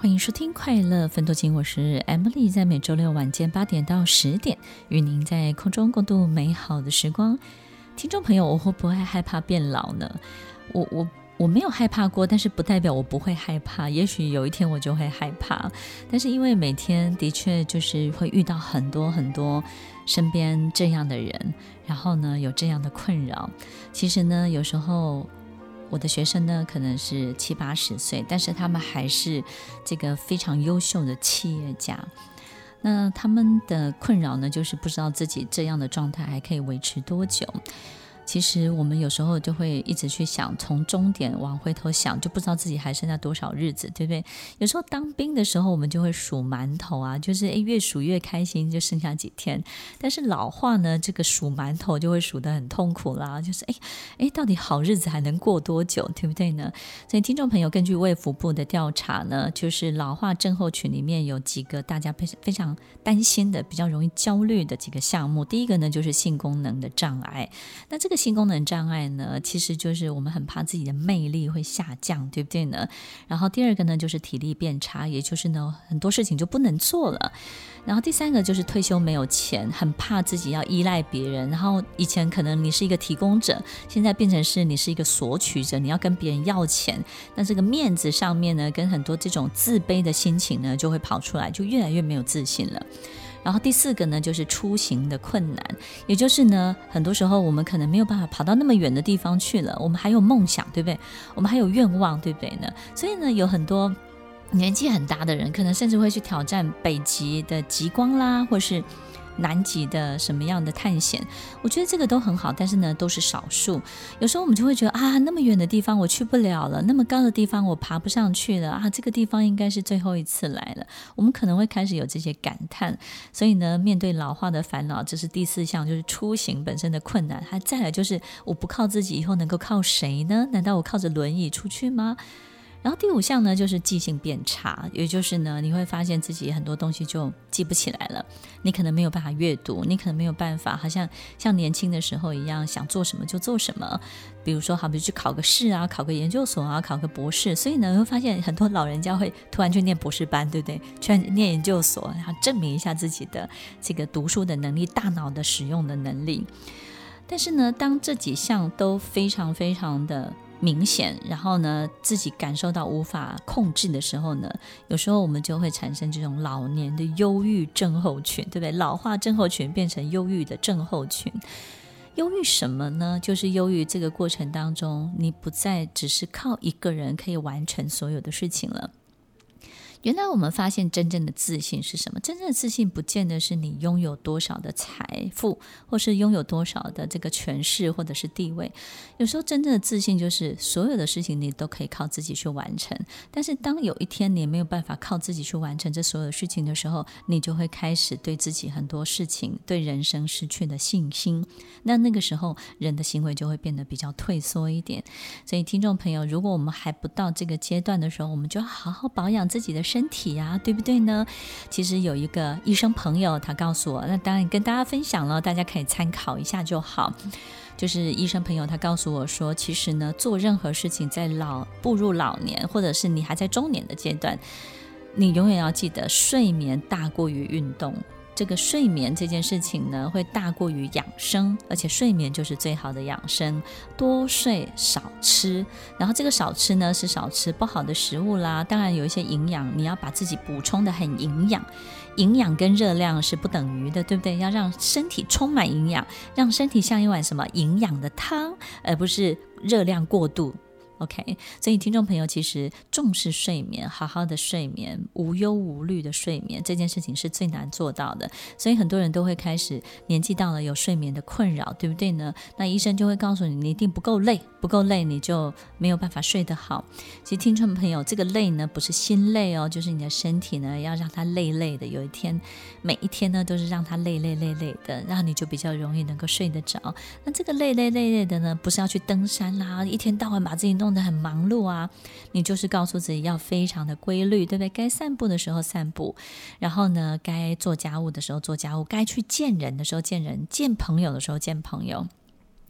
欢迎收听快乐分多金，我是 Emily， 在每周六晚间8点到10点与您在空中共度美好的时光。听众朋友，我会不会害怕变老呢？我没有害怕过，但是不代表我不会害怕，也许有一天我就会害怕。但是因为每天的确就是会遇到很多很多身边这样的人，然后呢有这样的困扰。其实呢有时候我的学生呢可能是70、80岁，但是他们还是这个非常优秀的企业家。那他们的困扰呢就是不知道自己这样的状态还可以维持多久。其实我们有时候就会一直去想，从终点往回头想，就不知道自己还剩下多少日子，对不对？有时候当兵的时候我们就会数馒头啊，就是越数越开心，就剩下几天。但是老化呢，这个数馒头就会数得很痛苦啦，就是到底好日子还能过多久，对不对呢？所以听众朋友，根据卫福部的调查呢，就是老化症候群里面有几个大家非常担心的，比较容易焦虑的几个项目。第一个呢就是性功能的障碍。那这个性功能障碍呢，其实就是我们很怕自己的魅力会下降，对不对呢？然后第二个呢就是体力变差，也就是呢很多事情就不能做了。然后第三个就是退休没有钱，很怕自己要依赖别人。然后以前可能你是一个提供者，现在变成是你是一个索取者，你要跟别人要钱。那这个面子上面呢，跟很多这种自卑的心情呢就会跑出来，就越来越没有自信了。然后第四个呢就是出行的困难，也就是呢很多时候我们可能没有办法跑到那么远的地方去了，我们还有梦想，对不对？我们还有愿望，对不对呢？所以呢有很多年纪很大的人可能甚至会去挑战北极的极光啦，或是南极的什么样的探险。我觉得这个都很好，但是呢都是少数。有时候我们就会觉得那么远的地方我去不了了，那么高的地方我爬不上去了这个地方应该是最后一次来了，我们可能会开始有这些感叹。所以呢面对老化的烦恼，这是第四项，就是出行本身的困难。还再来就是我不靠自己，以后能够靠谁呢？难道我靠着轮椅出去吗？然后第五项呢就是记性变差，也就是呢你会发现自己很多东西就记不起来了，你可能没有办法阅读，你可能没有办法好像年轻的时候一样想做什么就做什么。比如说好比去考个试啊，考个研究所啊，考个博士。所以呢会发现很多老人家会突然去念博士班，对不对？去念研究所，然后证明一下自己的这个读书的能力，大脑的使用的能力。但是呢当这几项都非常非常的明显，然后呢自己感受到无法控制的时候呢，有时候我们就会产生这种老年的忧郁症候群，对不对？老化症候群变成忧郁的症候群。忧郁什么呢？就是忧郁这个过程当中，你不再只是靠一个人可以完成所有的事情了。原来我们发现真正的自信是什么？真正的自信不见得是你拥有多少的财富，或是拥有多少的这个权势或者是地位。有时候真正的自信就是所有的事情你都可以靠自己去完成。但是当有一天你没有办法靠自己去完成这所有的事情的时候，你就会开始对自己很多事情，对人生失去了信心。那个时候人的行为就会变得比较退缩一点。所以听众朋友，如果我们还不到这个阶段的时候，我们就要好好保养自己的身体啊，对不对呢？其实有一个医生朋友他告诉我，那当然跟大家分享了，大家可以参考一下就好。就是医生朋友他告诉我说，其实呢做任何事情在步入老年，或者是你还在中年的阶段，你永远要记得睡眠大过于运动。这个睡眠这件事情呢会大过于养生，而且睡眠就是最好的养生。多睡少吃，然后这个少吃呢是少吃不好的食物啦，当然有一些营养你要把自己补充的很营养，营养跟热量是不等于的，对不对？要让身体充满营养，让身体像一碗什么营养的汤，而不是热量过度。OK， 所以听众朋友其实重视睡眠，好好的睡眠，无忧无虑的睡眠，这件事情是最难做到的。所以很多人都会开始年纪到了有睡眠的困扰，对不对呢？那医生就会告诉你，你一定不够累，不够累你就没有办法睡得好。其实听众朋友，这个累呢不是心累哦，就是你的身体呢要让它累累的，有一天每一天呢都是让它累累累累的，然后你就比较容易能够睡得着。那这个累累累累的呢，不是要去登山啦，一天到晚把自己弄得很忙碌啊，你就是告诉自己要非常的规律，对不对？该散步的时候散步，然后呢该做家务的时候做家务，该去见人的时候见人，见朋友的时候见朋友。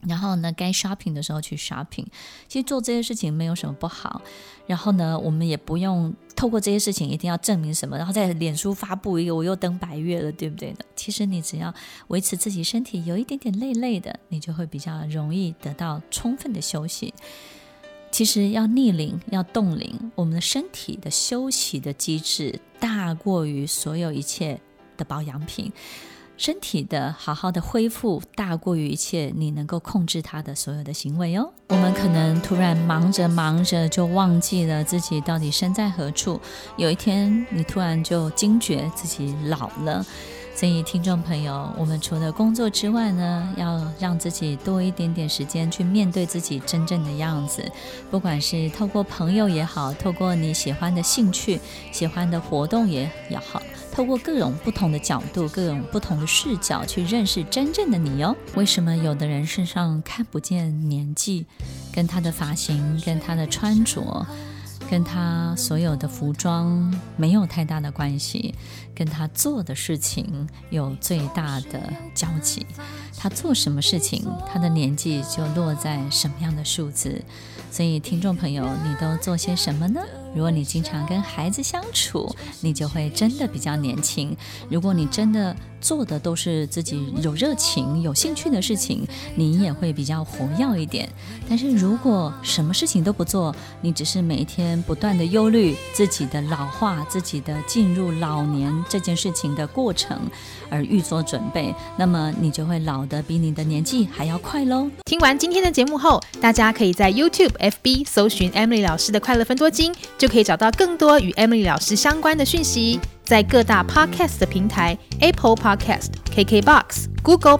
然后呢，该 shopping 的时候去 shopping， 其实做这些事情没有什么不好。然后呢，我们也不用透过这些事情一定要证明什么，然后在脸书发布一个我又登百岳了，对不对呢？其实你只要维持自己身体有一点点累累的，你就会比较容易得到充分的休息。其实要逆龄，要冻龄，我们的身体的休息的机制大过于所有一切的保养品。身体的好好的恢复大过于一切你能够控制它的所有的行为哦。我们可能突然忙着就忘记了自己到底身在何处，有一天你突然就惊觉自己老了。所以听众朋友，我们除了工作之外呢，要让自己多一点点时间去面对自己真正的样子，不管是透过朋友也好，透过你喜欢的兴趣喜欢的活动也好，透过各种不同的角度各种不同的视角去认识真正的你哦。为什么有的人身上看不见年纪，跟他的发型跟他的穿着跟他所有的服装没有太大的关系，跟他做的事情有最大的交集。他做什么事情，他的年纪就落在什么样的数字。所以听众朋友，你都做些什么呢？如果你经常跟孩子相处，你就会真的比较年轻。如果你真的做的都是自己有热情有兴趣的事情，你也会比较活跃一点。但是如果什么事情都不做，你只是每一天不断的忧虑自己的老化，自己的进入老年这件事情的过程而预做准备，那么你就会老得比你的年纪还要快咯。 听完今天的节目后，大家可以在 YouTube、FB 搜寻 Emily 老师的快乐分多金，就可以找到更多与 Emily 老师相关的讯息。在各大 Podcast 的平台 Apple Podcast、KKBox、Google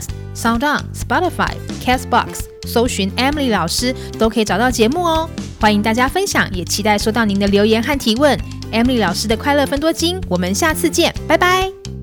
Podcast、SoundOn、Spotify、Castbox 搜寻 Emily 老师都可以找到节目哦。欢迎大家分享，也期待收到您的留言和提问。Emily 老师的快乐分多金，我们下次见，拜拜。